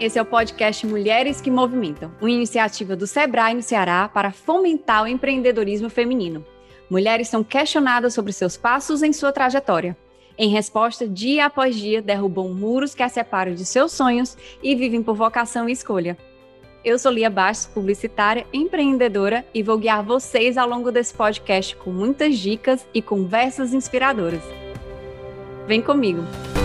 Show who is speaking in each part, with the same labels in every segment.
Speaker 1: esse é o podcast Mulheres que Movimentam, uma iniciativa do Sebrae no Ceará para fomentar o empreendedorismo feminino. Mulheres são questionadas sobre seus passos em sua trajetória. Em resposta, dia após dia, derrubam muros que as separam de seus sonhos e vivem por vocação e escolha. Eu sou Lia Bastos, publicitária, empreendedora, e vou guiar vocês ao longo desse podcast com muitas dicas e conversas inspiradoras. Vem comigo!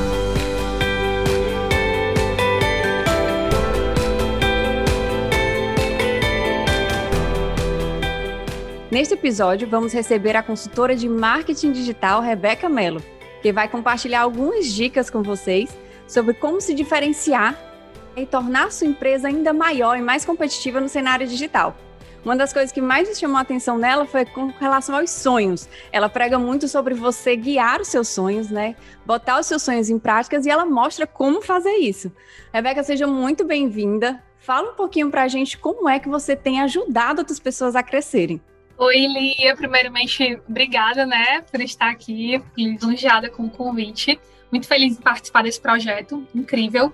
Speaker 1: Neste episódio, vamos receber a consultora de marketing digital, Rebeca Mello, que vai compartilhar algumas dicas com vocês sobre como se diferenciar e tornar sua empresa ainda maior e mais competitiva no cenário digital. Uma das coisas que mais me chamou a atenção nela foi com relação aos sonhos. Ela prega muito sobre você guiar os seus sonhos, né? Botar os seus sonhos em práticas, e ela mostra como fazer isso. Rebeca, seja muito bem-vinda. Fala um pouquinho pra gente como é que você tem ajudado outras pessoas a crescerem.
Speaker 2: Oi, Lia. Primeiramente, obrigada, por estar aqui, lisonjeada com o convite. Muito feliz em participar desse projeto, incrível.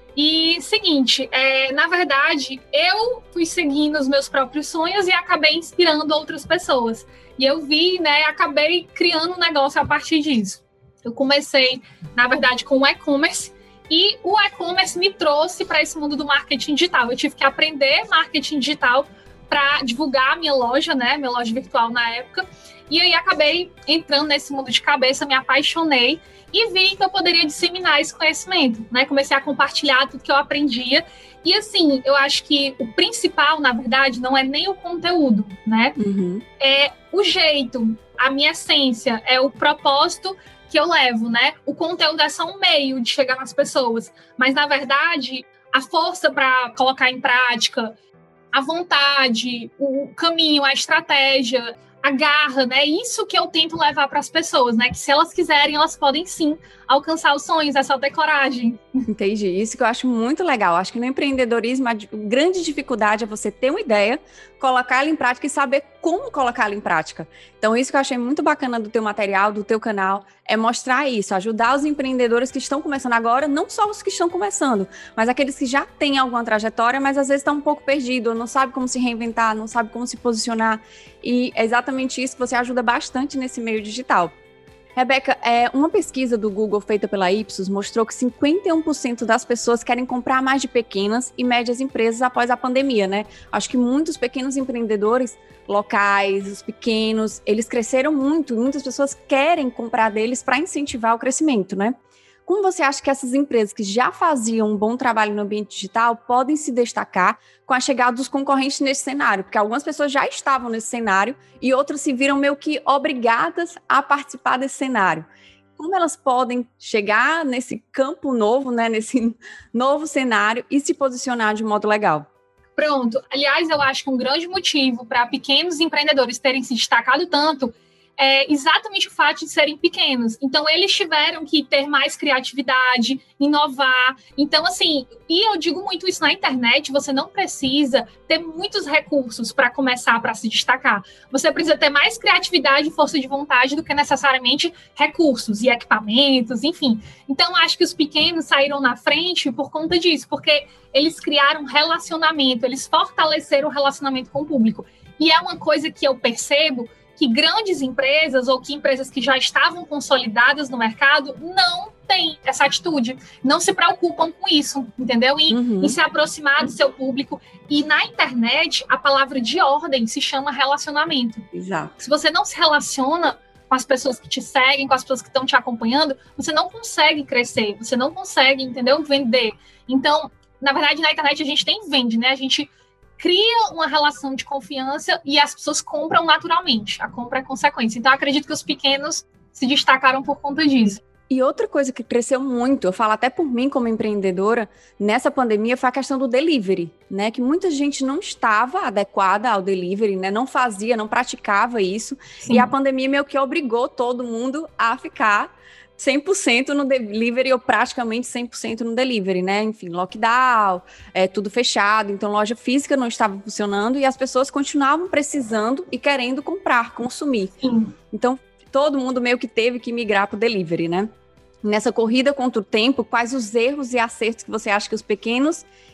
Speaker 2: E, seguinte, na verdade, eu fui seguindo os meus próprios sonhos e acabei inspirando outras pessoas. E eu vi, acabei criando um negócio a partir disso. Eu comecei, na verdade, com o e-commerce, e o e-commerce me trouxe para esse mundo do marketing digital. Eu tive que aprender marketing digital para divulgar a minha loja, minha loja virtual na época, e aí acabei entrando nesse mundo de cabeça, me apaixonei e vi que eu poderia disseminar esse conhecimento, Comecei a compartilhar tudo que eu aprendia, e assim, eu acho que o principal, na verdade, não é nem o conteúdo,
Speaker 1: Uhum.
Speaker 2: É o jeito, a minha essência, é o propósito que eu levo, O conteúdo é só um meio de chegar nas pessoas, mas na verdade, a força para colocar em prática, a vontade, o caminho, a estratégia, a garra, Isso que eu tento levar para as pessoas, Que se elas quiserem, elas podem sim alcançar os sonhos, é só ter coragem.
Speaker 1: Entendi. Isso que eu acho muito legal. Acho que no empreendedorismo a grande dificuldade é você ter uma ideia, colocar ela em prática e saber como colocar ela em prática. Então, isso que eu achei muito bacana do teu material, do teu canal, é mostrar isso, ajudar os empreendedores que estão começando agora, não só os que estão começando, mas aqueles que já têm alguma trajetória, mas às vezes estão um pouco perdidos, não sabem como se reinventar, não sabem como se posicionar. E é exatamente isso que você ajuda bastante nesse meio digital. Rebeca, uma pesquisa do Google feita pela Ipsos mostrou que 51% das pessoas querem comprar mais de pequenas e médias empresas após a pandemia, Acho que muitos pequenos empreendedores locais, os pequenos, eles cresceram muito, e muitas pessoas querem comprar deles para incentivar o crescimento, Como você acha que essas empresas que já faziam um bom trabalho no ambiente digital podem se destacar com a chegada dos concorrentes nesse cenário? Porque algumas pessoas já estavam nesse cenário e outras se viram meio que obrigadas a participar desse cenário. Como elas podem chegar nesse campo novo, nesse novo cenário e se posicionar de modo legal?
Speaker 2: Pronto. Aliás, eu acho que um grande motivo para pequenos empreendedores terem se destacado tanto é exatamente o fato de serem pequenos. Então, eles tiveram que ter mais criatividade, inovar. Então, assim, e eu digo muito isso na internet, você não precisa ter muitos recursos para começar, para se destacar. Você precisa ter mais criatividade e força de vontade do que necessariamente recursos e equipamentos, enfim. Então, acho que os pequenos saíram na frente por conta disso, porque eles criaram relacionamento, eles fortaleceram o relacionamento com o público. E é uma coisa que eu percebo que grandes empresas ou que empresas que já estavam consolidadas no mercado não têm essa atitude, não se preocupam com isso, entendeu? Em se aproximar do seu público. E na internet, a palavra de ordem se chama relacionamento.
Speaker 1: Exato.
Speaker 2: Se você não se relaciona com as pessoas que te seguem, com as pessoas que estão te acompanhando, você não consegue crescer, você não consegue, entendeu? Vender. Então, na verdade, na internet a gente vende, A gente cria uma relação de confiança e as pessoas compram naturalmente. A compra é consequência. Então, eu acredito que os pequenos se destacaram por conta disso.
Speaker 1: E outra coisa que cresceu muito, eu falo até por mim como empreendedora, nessa pandemia foi a questão do delivery, Que muita gente não estava adequada ao delivery, Não fazia, não praticava isso. Sim. E a pandemia meio que obrigou todo mundo a ficar 100% no delivery ou praticamente 100% no delivery, Enfim, lockdown, tudo fechado, então loja física não estava funcionando e as pessoas continuavam precisando e querendo comprar, consumir.
Speaker 2: Sim.
Speaker 1: Então, todo mundo meio que teve que migrar para o delivery, Nessa corrida contra o tempo, quais os erros e acertos que você acha que os pequenos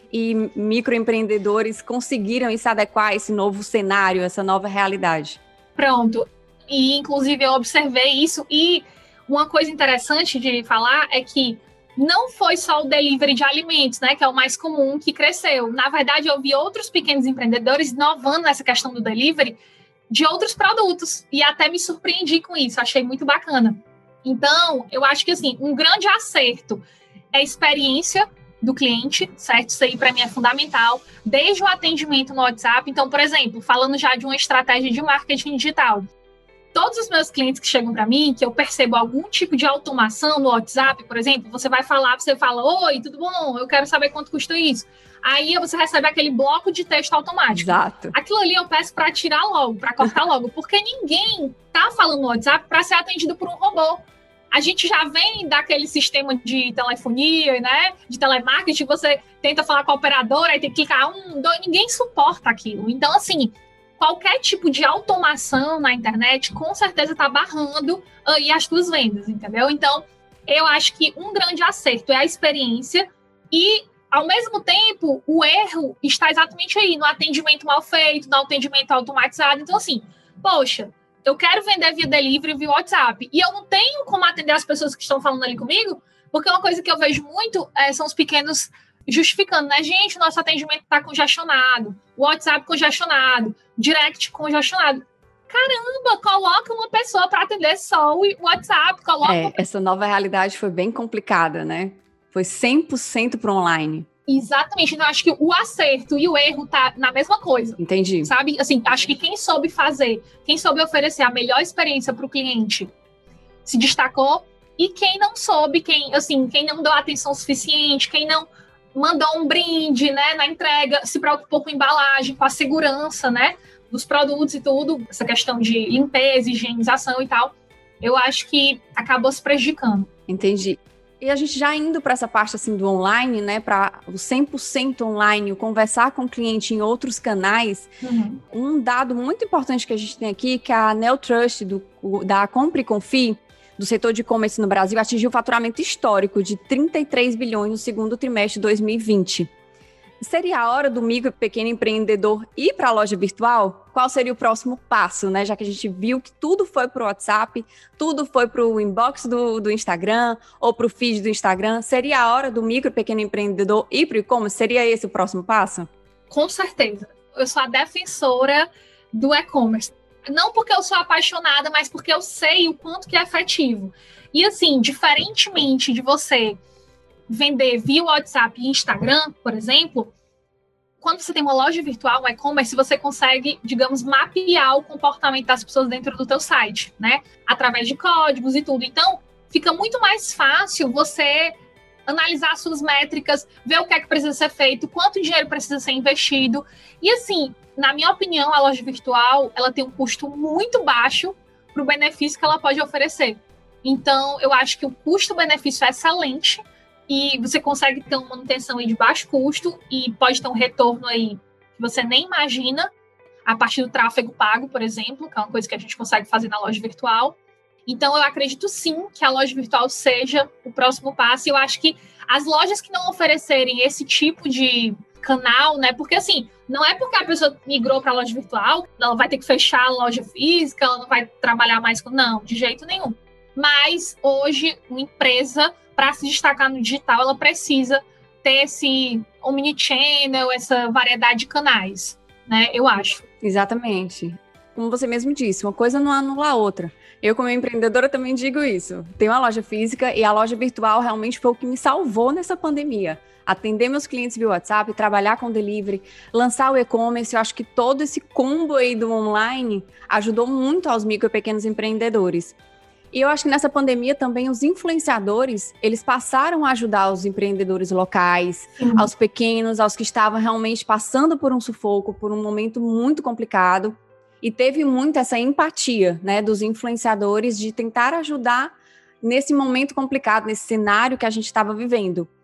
Speaker 1: e microempreendedores conseguiram se adequar a esse novo cenário, essa nova realidade?
Speaker 2: Pronto. E, inclusive, eu observei isso. E uma coisa interessante de falar é que não foi só o delivery de alimentos, né, que é o mais comum, que cresceu. Na verdade, eu vi outros pequenos empreendedores inovando nessa questão do delivery de outros produtos. E até me surpreendi com isso. Achei muito bacana. Então, eu acho que, assim, um grande acerto é a experiência do cliente, certo? Isso aí, para mim, é fundamental. Desde o atendimento no WhatsApp. Então, por exemplo, falando já de uma estratégia de marketing digital, todos os meus clientes que chegam para mim, que eu percebo algum tipo de automação no WhatsApp, por exemplo, você vai falar, você fala, oi, tudo bom? Eu quero saber quanto custa isso. Aí você recebe aquele bloco de texto automático.
Speaker 1: Exato.
Speaker 2: Aquilo ali eu peço para tirar logo, para cortar logo, porque ninguém tá falando no WhatsApp para ser atendido por um robô. A gente já vem daquele sistema de telefonia, né? De telemarketing, você tenta falar com a operadora, aí tem que clicar 1, 2, ninguém suporta aquilo. Então, assim, qualquer tipo de automação na internet, com certeza está barrando aí as tuas vendas, entendeu? Então, eu acho que um grande acerto é a experiência e, ao mesmo tempo, o erro está exatamente aí, no atendimento mal feito, no atendimento automatizado. Então, assim, poxa, eu quero vender via delivery, via WhatsApp, e eu não tenho como atender as pessoas que estão falando ali comigo, porque uma coisa que eu vejo muito são os pequenos justificando, né? Gente, o nosso atendimento está congestionado, o WhatsApp congestionado, direct congestionado. Caramba, coloca uma pessoa para atender só o WhatsApp.
Speaker 1: Essa nova realidade foi bem complicada, né? Foi 100% para online.
Speaker 2: Exatamente. Então, acho que o acerto e o erro tá na mesma coisa.
Speaker 1: Entendi.
Speaker 2: Sabe? Assim, acho que quem soube fazer, quem soube oferecer a melhor experiência para o cliente se destacou, e quem não soube, quem não deu atenção suficiente, quem não mandou um brinde, né, na entrega, se preocupou com a embalagem, com a segurança, né, dos produtos e tudo, essa questão de limpeza, higienização e tal, eu acho que acabou se prejudicando.
Speaker 1: Entendi. E a gente já indo para essa parte assim do online, né, para o 100% online, o conversar com o cliente em outros canais, um dado muito importante que a gente tem aqui, que a Neotrust, da Compre e Confie, do setor de e-commerce no Brasil, atingiu o faturamento histórico de 33 bilhões no segundo trimestre de 2020. Seria a hora do micro e pequeno empreendedor ir para a loja virtual? Qual seria o próximo passo, né? Já que a gente viu que tudo foi para o WhatsApp, tudo foi para o inbox do Instagram ou para o feed do Instagram. Seria a hora do micro e pequeno empreendedor ir para o e-commerce? Seria esse o próximo passo?
Speaker 2: Com certeza. Eu sou a defensora do e-commerce. Não porque eu sou apaixonada, mas porque eu sei o quanto que é efetivo. E assim, diferentemente de você vender via WhatsApp e Instagram, por exemplo, quando você tem uma loja virtual, um e-commerce, você consegue, digamos, mapear o comportamento das pessoas dentro do teu site, né? Através de códigos e tudo. Então, fica muito mais fácil você analisar suas métricas, ver o que é que precisa ser feito, quanto dinheiro precisa ser investido. E assim, na minha opinião, a loja virtual, ela tem um custo muito baixo para o benefício que ela pode oferecer. Então, eu acho que o custo-benefício é excelente e você consegue ter uma manutenção aí de baixo custo e pode ter um retorno aí que você nem imagina a partir do tráfego pago, por exemplo, que é uma coisa que a gente consegue fazer na loja virtual. Então, eu acredito sim que a loja virtual seja o próximo passo. E eu acho que as lojas que não oferecerem esse tipo de canal, né? Porque, assim, não é porque a pessoa migrou para a loja virtual, ela vai ter que fechar a loja física, ela não vai trabalhar mais com... Não, de jeito nenhum. Mas, hoje, uma empresa, para se destacar no digital, ela precisa ter esse omnichannel, essa variedade de canais, né? Eu acho.
Speaker 1: Exatamente. Como você mesmo disse, uma coisa não anula a outra. Eu, como empreendedora, também digo isso. Tenho uma loja física e a loja virtual realmente foi o que me salvou nessa pandemia. Atender meus clientes via WhatsApp, trabalhar com delivery, lançar o e-commerce. Eu acho que todo esse combo aí do online ajudou muito aos micro e pequenos empreendedores. E eu acho que nessa pandemia também os influenciadores, eles passaram a ajudar os empreendedores locais, aos pequenos, aos que estavam realmente passando por um sufoco, por um momento muito complicado. E teve muito essa empatia, né, dos influenciadores de tentar ajudar nesse momento complicado, nesse cenário que a gente estava vivendo.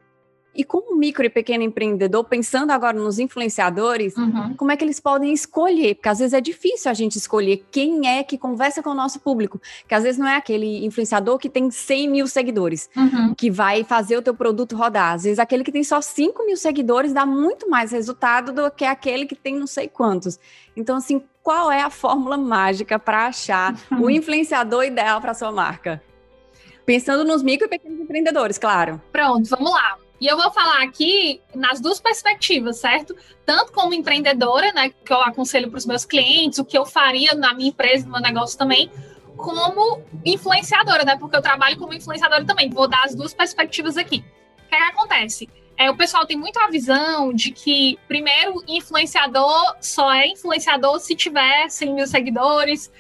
Speaker 1: E como micro e pequeno empreendedor, pensando agora nos influenciadores, como é que eles podem escolher? Porque às vezes é difícil a gente escolher quem é que conversa com o nosso público. Que às vezes não é aquele influenciador que tem 100 mil seguidores, que vai fazer o teu produto rodar. Às vezes aquele que tem só 5 mil seguidores dá muito mais resultado do que aquele que tem não sei quantos. Então, assim, qual é a fórmula mágica para achar o influenciador ideal para sua marca? Pensando nos micro e pequenos empreendedores, claro.
Speaker 2: Pronto, vamos lá. E eu vou falar aqui nas duas perspectivas, certo? Tanto como empreendedora, né, que eu aconselho para os meus clientes, o que eu faria na minha empresa, no meu negócio também, como influenciadora, né? Porque eu trabalho como influenciadora também. Vou dar as duas perspectivas aqui. O que acontece? O pessoal tem muito a visão de que, primeiro, influenciador só é influenciador se tiver 100 mil seguidores,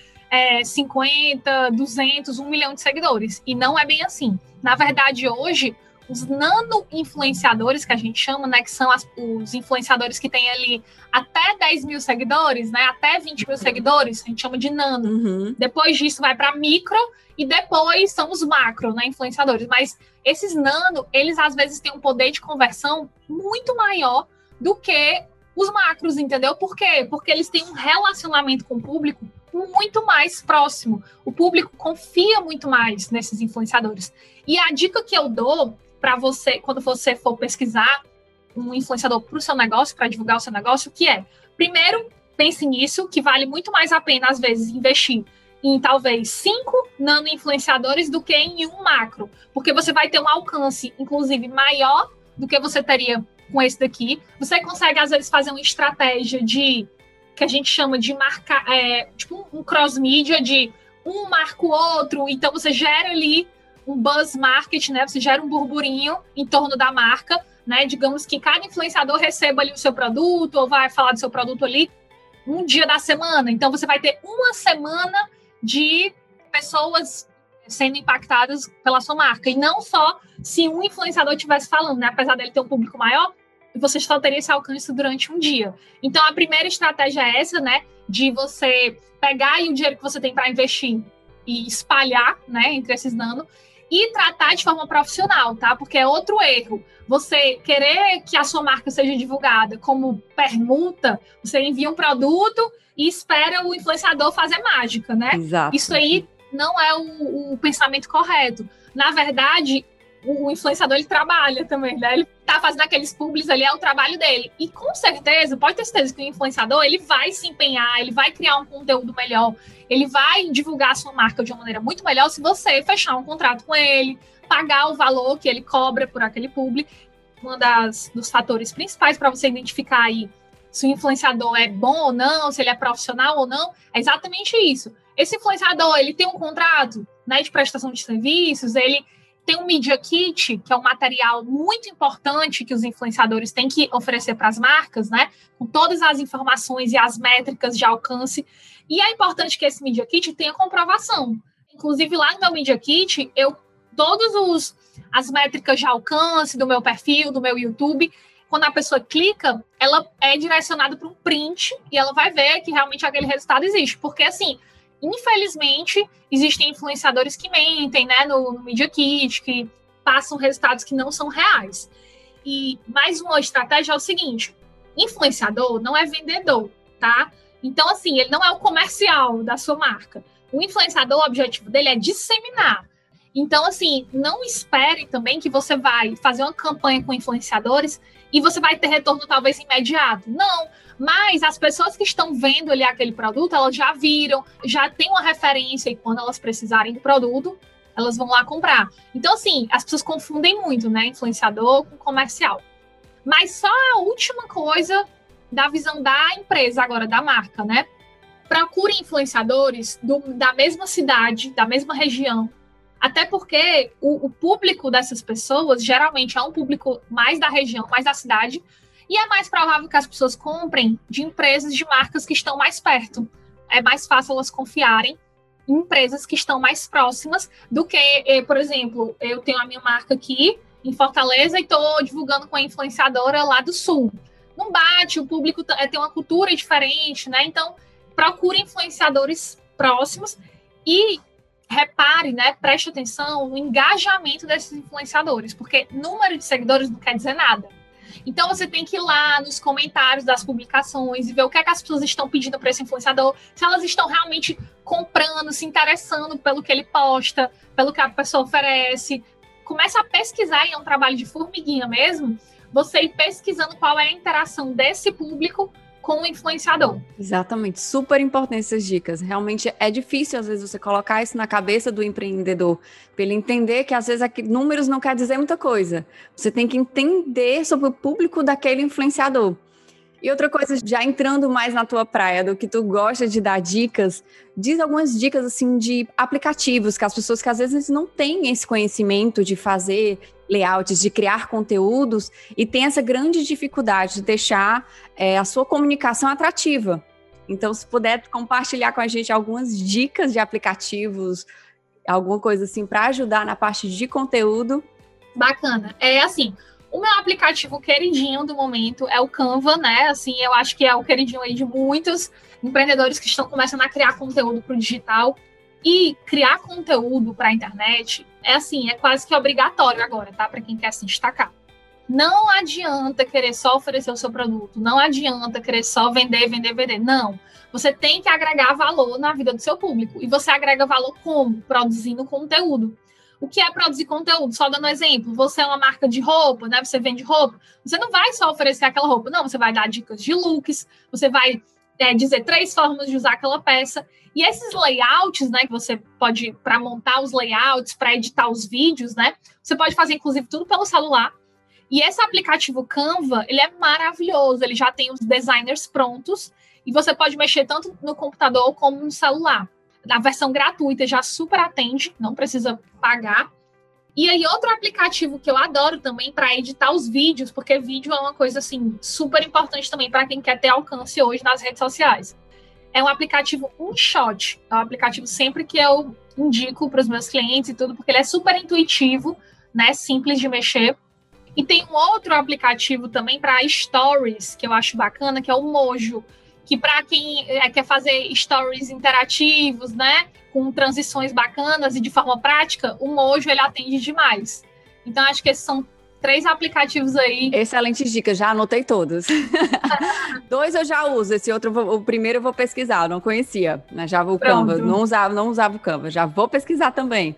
Speaker 2: 50, 200, 1 milhão de seguidores. E não é bem assim. Na verdade, hoje, os nano-influenciadores, que a gente chama, né, que são os influenciadores que têm ali até 10 mil seguidores, né, até 20 mil seguidores, a gente chama de nano. Depois disso vai para micro e depois são os macro, né, influenciadores. Mas esses nano, eles às vezes têm um poder de conversão muito maior do que os macros, entendeu? Por quê? Porque eles têm um relacionamento com o público muito mais próximo. O público confia muito mais nesses influenciadores. E a dica que eu dou para você, quando você for pesquisar um influenciador para o seu negócio, para divulgar o seu negócio, que é, primeiro, pense nisso, que vale muito mais a pena, às vezes, investir em talvez 5 nano-influenciadores do que em um macro, porque você vai ter um alcance, inclusive, maior do que você teria com esse daqui. Você consegue, às vezes, fazer uma estratégia que a gente chama de marcar, tipo um cross-mídia, de um marca o outro, então você gera ali um buzz market, né? Você gera um burburinho em torno da marca, né? Digamos que cada influenciador receba ali o seu produto ou vai falar do seu produto ali um dia da semana. Então, você vai ter uma semana de pessoas sendo impactadas pela sua marca. E não só se um influenciador estivesse falando, né? Apesar dele ter um público maior, você só teria esse alcance durante um dia. Então, a primeira estratégia é essa, né? De você pegar aí o dinheiro que você tem para investir e espalhar, né? Entre esses nano. E tratar de forma profissional, tá? Porque é outro erro. Você querer que a sua marca seja divulgada como permuta, você envia um produto e espera o influenciador fazer mágica, né?
Speaker 1: Exato.
Speaker 2: Isso aí não é o pensamento correto. Na verdade, o influenciador, ele trabalha também, né? Ele tá fazendo aqueles publis ali, é o trabalho dele. E com certeza, pode ter certeza que o influenciador, ele vai se empenhar, ele vai criar um conteúdo melhor, ele vai divulgar a sua marca de uma maneira muito melhor se você fechar um contrato com ele, pagar o valor que ele cobra por aquele publi. Um dos fatores principais para você identificar aí se o influenciador é bom ou não, se ele é profissional ou não, é exatamente isso. Esse influenciador, ele tem um contrato, né, de prestação de serviços, ele tem um Media Kit, que é um material muito importante que os influenciadores têm que oferecer para as marcas, né? Com todas as informações e as métricas de alcance. E é importante que esse Media Kit tenha comprovação. Inclusive, lá no meu Media Kit, todas as métricas de alcance do meu perfil, do meu YouTube, quando a pessoa clica, ela é direcionada para um print e ela vai ver que realmente aquele resultado existe. Porque, assim, infelizmente, existem influenciadores que mentem, né, no Media Kit, que passam resultados que não são reais. E mais uma estratégia é o seguinte: influenciador não é vendedor, tá? Então, assim, ele não é o comercial da sua marca. O influenciador, o objetivo dele é disseminar. Então, assim, não espere também que você vai fazer uma campanha com influenciadores e você vai ter retorno talvez imediato. Não, mas as pessoas que estão vendo ali aquele produto, elas já viram, já tem uma referência e quando elas precisarem do produto, elas vão lá comprar. Então, assim, as pessoas confundem muito, né, influenciador com comercial. Mas só a última coisa da visão da empresa agora, da marca, né? Procure influenciadores da mesma cidade, da mesma região, até porque o público dessas pessoas geralmente é um público mais da região, mais da cidade, e é mais provável que as pessoas comprem de empresas, de marcas que estão mais perto. É mais fácil elas confiarem em empresas que estão mais próximas do que, por exemplo, eu tenho a minha marca aqui em Fortaleza e estou divulgando com a influenciadora lá do Sul. Não bate, o público tem uma cultura diferente, né? Então, procure influenciadores próximos e repare, né, preste atenção no engajamento desses influenciadores, porque número de seguidores não quer dizer nada. Então, você tem que ir lá nos comentários das publicações e ver o que é que as pessoas estão pedindo para esse influenciador, se elas estão realmente comprando, se interessando pelo que ele posta, pelo que a pessoa oferece. Começa a pesquisar, e é um trabalho de formiguinha mesmo, você ir pesquisando qual é a interação desse público com o influenciador.
Speaker 1: Exatamente, super importante essas dicas. Realmente é difícil, às vezes, você colocar isso na cabeça do empreendedor, para ele entender que, às vezes, números não quer dizer muita coisa. Você tem que entender sobre o público daquele influenciador. E outra coisa, já entrando mais na tua praia, do que tu gosta de dar dicas, diz algumas dicas, assim, de aplicativos, que as pessoas que às vezes não têm esse conhecimento de fazer layouts, de criar conteúdos, e tem essa grande dificuldade de deixar a sua comunicação atrativa. Então, se puder compartilhar com a gente algumas dicas de aplicativos, alguma coisa assim, para ajudar na parte de conteúdo.
Speaker 2: Bacana. Assim, o meu aplicativo queridinho do momento é o Canva, né? Assim, eu acho que é o queridinho aí de muitos empreendedores que estão começando a criar conteúdo para o digital. E criar conteúdo para a internet é quase que obrigatório agora, tá? Para quem quer se destacar. Não adianta querer só oferecer o seu produto, não adianta querer só vender. Não. Você tem que agregar valor na vida do seu público. E você agrega valor como? Produzindo conteúdo. O que é produzir conteúdo? Só dando um exemplo, você é uma marca de roupa, né? Você vende roupa, você não vai só oferecer aquela roupa, não, você vai dar dicas de looks, você vai dizer 3 formas de usar aquela peça. E esses layouts, né, que você pode, para montar os layouts, para editar os vídeos, né, você pode fazer, inclusive, tudo pelo celular. E esse aplicativo Canva, ele é maravilhoso, ele já tem os designers prontos, e você pode mexer tanto no computador como no celular. A versão gratuita já super atende, não precisa pagar. E aí, outro aplicativo que eu adoro também para editar os vídeos, porque vídeo é uma coisa, assim, super importante também para quem quer ter alcance hoje nas redes sociais. É um aplicativo InShot. É um aplicativo sempre que eu indico para os meus clientes e tudo, porque ele é super intuitivo, né? Simples de mexer. E tem um outro aplicativo também para stories, que eu acho bacana, que é o Mojo, que para quem quer fazer stories interativos, né? Com transições bacanas e de forma prática, o Mojo, ele atende demais. Então, acho que esses são 3 aplicativos aí.
Speaker 1: Excelentes dicas, já anotei todos. 2 eu já uso, esse outro, o primeiro eu vou pesquisar, eu não conhecia, né? Já o Canva, não usava o Canva, já vou pesquisar também.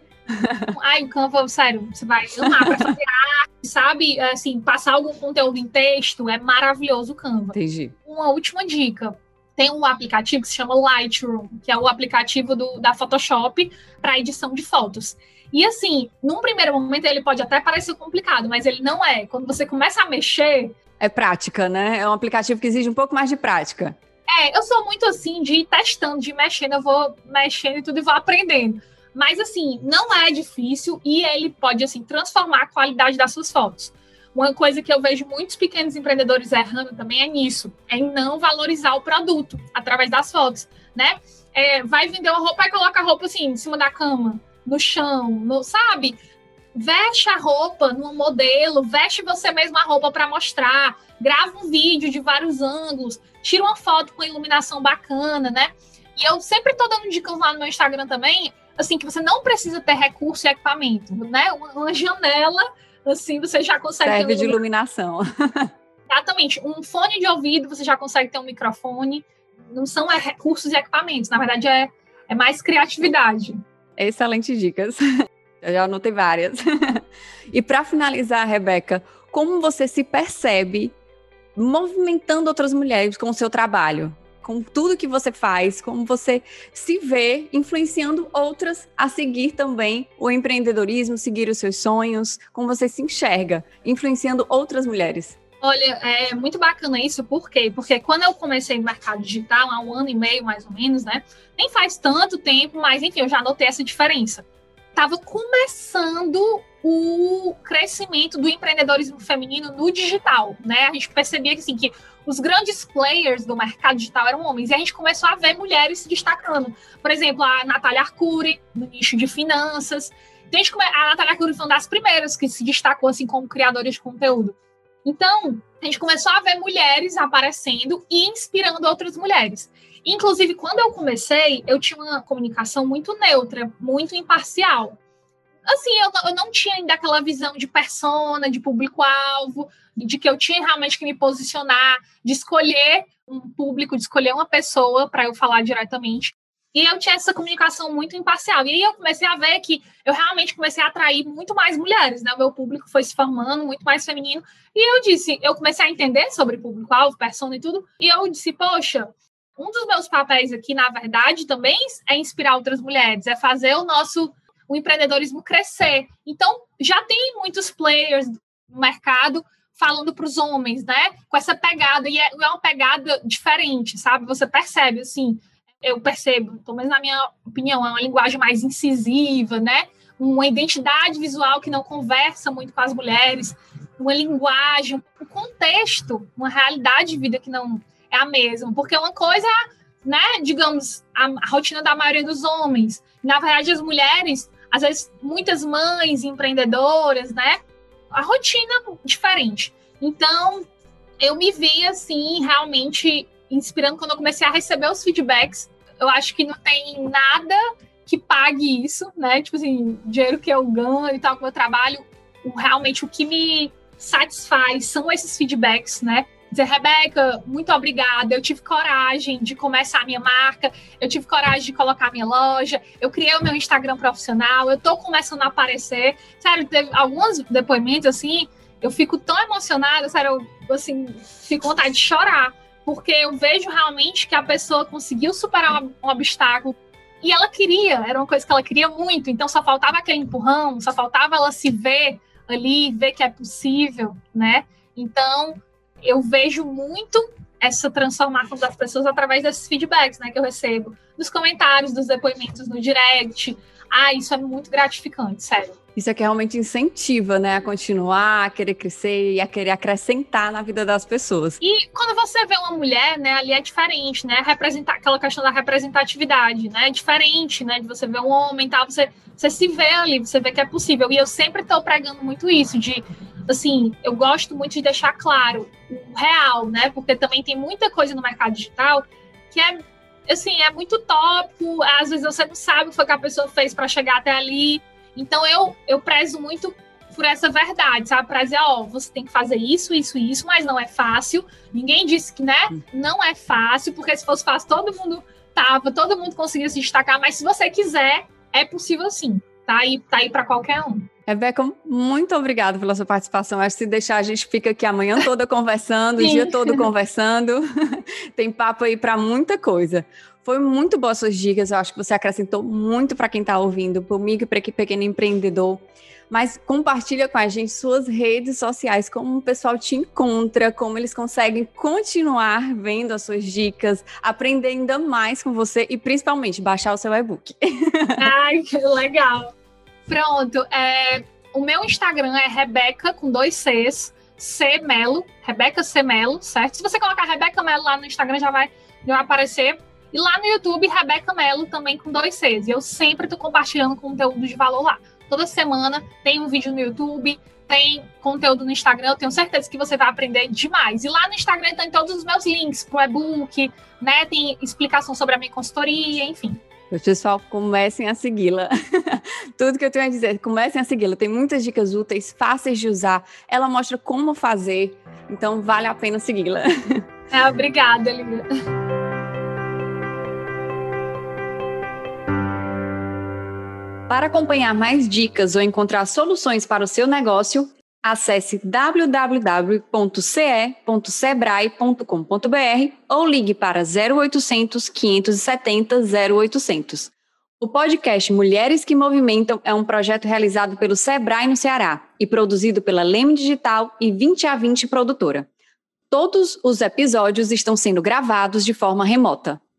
Speaker 2: O Canva, sério, você vai amar para fazer arte, sabe? Assim, passar algum conteúdo em texto, é maravilhoso o Canva.
Speaker 1: Entendi.
Speaker 2: Uma última dica. Tem um aplicativo que se chama Lightroom, que é o aplicativo da Photoshop para edição de fotos. E assim, num primeiro momento ele pode até parecer complicado, mas ele não é. Quando você começa a mexer...
Speaker 1: É prática, né? É um aplicativo que exige um pouco mais de prática.
Speaker 2: Eu sou muito assim, de ir testando, de ir mexendo, eu vou mexendo e tudo e vou aprendendo. Mas assim, não é difícil e ele pode assim transformar a qualidade das suas fotos. Uma coisa que eu vejo muitos pequenos empreendedores errando também é nisso, é em não valorizar o produto através das fotos, né? Vai vender uma roupa e coloca a roupa assim, em cima da cama, no chão, sabe? Veste a roupa no modelo, veste você mesma a roupa para mostrar, grava um vídeo de vários ângulos, tira uma foto com iluminação bacana, né? E eu sempre tô dando dicas lá no meu Instagram também, assim, que você não precisa ter recurso e equipamento, né? Uma janela, assim, você já consegue
Speaker 1: serve
Speaker 2: ter
Speaker 1: de iluminação.
Speaker 2: Exatamente. Um fone de ouvido, você já consegue ter um microfone. Não são recursos e equipamentos, na verdade é mais criatividade.
Speaker 1: Excelentes dicas. Eu já anotei várias. E para finalizar, Rebeca, como você se percebe movimentando outras mulheres com o seu trabalho? Com tudo que você faz, como você se vê influenciando outras a seguir também o empreendedorismo, seguir os seus sonhos, como você se enxerga influenciando outras mulheres?
Speaker 2: Olha, é muito bacana isso, por quê? Porque quando eu comecei no mercado digital, há 1 ano e meio, mais ou menos, né? Nem faz tanto tempo, mas enfim, eu já notei essa diferença. Estava começando o crescimento do empreendedorismo feminino no digital, né? A gente percebia que, assim, que os grandes players do mercado digital eram homens, e a gente começou a ver mulheres se destacando. Por exemplo, a Natália Arcuri, no nicho de finanças. Então, a Natália Arcuri foi uma das primeiras que se destacou, assim, como criadora de conteúdo. Então, a gente começou a ver mulheres aparecendo e inspirando outras mulheres. Inclusive, quando eu comecei, eu tinha uma comunicação muito neutra, muito imparcial. Assim, eu não tinha ainda aquela visão de persona, de público-alvo, de que eu tinha realmente que me posicionar, de escolher um público, de escolher uma pessoa para eu falar diretamente. E eu tinha essa comunicação muito imparcial. E aí eu comecei a ver que eu realmente comecei a atrair muito mais mulheres, né? O meu público foi se formando muito mais feminino. E eu comecei a entender sobre público-alvo, persona e tudo. E eu disse, poxa, um dos meus papéis aqui, na verdade, também é inspirar outras mulheres, é fazer o empreendedorismo crescer. Então, já tem muitos players no mercado falando para os homens, né? Com essa pegada, e é uma pegada diferente, sabe? Você percebe, assim, eu percebo, pelo menos na minha opinião, é uma linguagem mais incisiva, né? Uma identidade visual que não conversa muito com as mulheres, uma linguagem, um contexto, uma realidade de vida que não é a mesma. Porque uma coisa é, né, digamos, a rotina da maioria dos homens. Na verdade, as mulheres, às vezes, muitas mães empreendedoras, né? A rotina diferente. Então, eu me vi, assim, realmente inspirando quando eu comecei a receber os feedbacks. Eu acho que não tem nada que pague isso, né? Tipo assim, dinheiro que eu ganho e tal, com o meu trabalho. Realmente, o que me satisfaz são esses feedbacks, né? Dizer, Rebeca, muito obrigada, eu tive coragem de começar a minha marca, eu tive coragem de colocar a minha loja, eu criei o meu Instagram profissional, eu tô começando a aparecer. Sério, teve alguns depoimentos, assim, eu fico tão emocionada, sério, eu, assim, fico com vontade de chorar, porque eu vejo realmente que a pessoa conseguiu superar um obstáculo e ela queria, era uma coisa que ela queria muito, então só faltava aquele empurrão, só faltava ela se ver ali, ver que é possível, né? Então, eu vejo muito essa transformação das pessoas através desses feedbacks, né, que eu recebo, dos comentários, dos depoimentos no direct. Isso é muito gratificante, sério.
Speaker 1: Isso é que realmente incentiva, né, a continuar, a querer crescer e a querer acrescentar na vida das pessoas.
Speaker 2: E quando você vê uma mulher, né, ali é diferente, né, representar aquela questão da representatividade, né, é diferente, né, de você ver um homem e tal, você se vê ali, você vê que é possível. E eu sempre estou pregando muito isso, de, assim, eu gosto muito de deixar claro o real, né, porque também tem muita coisa no mercado digital que é, assim, é muito tópico, às vezes você não sabe o que foi que a pessoa fez para chegar até ali. Então, eu prezo muito por essa verdade, sabe? Pra dizer, você tem que fazer isso, isso e isso, mas não é fácil. Ninguém disse que, né? Não é fácil, porque se fosse fácil, todo mundo conseguia se destacar, mas se você quiser, é possível sim. Tá aí para qualquer um.
Speaker 1: Rebeca, muito obrigada pela sua participação. Acho que se deixar, a gente fica aqui a manhã toda conversando, o dia todo conversando. Tem papo aí para muita coisa. Foi muito boas suas dicas, eu acho que você acrescentou muito para quem está ouvindo, para o micro e para o pequeno empreendedor. Mas compartilha com a gente suas redes sociais, como o pessoal te encontra, como eles conseguem continuar vendo as suas dicas, aprender ainda mais com você e principalmente baixar o seu e-book.
Speaker 2: Ai, que legal. Pronto, o meu Instagram é Rebeca com 2 Cs, C Melo, Rebeca C Melo, certo? Se você colocar Rebeca Melo lá no Instagram já vai aparecer. E lá no YouTube, Rebeca Melo, também com 2 Cs. E eu sempre estou compartilhando conteúdo de valor lá. Toda semana tem um vídeo no YouTube, tem conteúdo no Instagram. Eu tenho certeza que você vai aprender demais. E lá no Instagram tem todos os meus links pro e-book, né? Tem explicação sobre a minha consultoria, enfim.
Speaker 1: Pessoal, comecem a segui-la. Tudo que eu tenho a dizer, comecem a segui-la. Tem muitas dicas úteis, fáceis de usar. Ela mostra como fazer. Então, vale a pena segui-la.
Speaker 2: Obrigada, Lívia.
Speaker 1: Para acompanhar mais dicas ou encontrar soluções para o seu negócio, acesse www.ce.sebrae.com.br ou ligue para 0800 570 0800. O podcast Mulheres que Movimentam é um projeto realizado pelo Sebrae no Ceará e produzido pela Leme Digital e 20 a 20 Produtora. Todos os episódios estão sendo gravados de forma remota.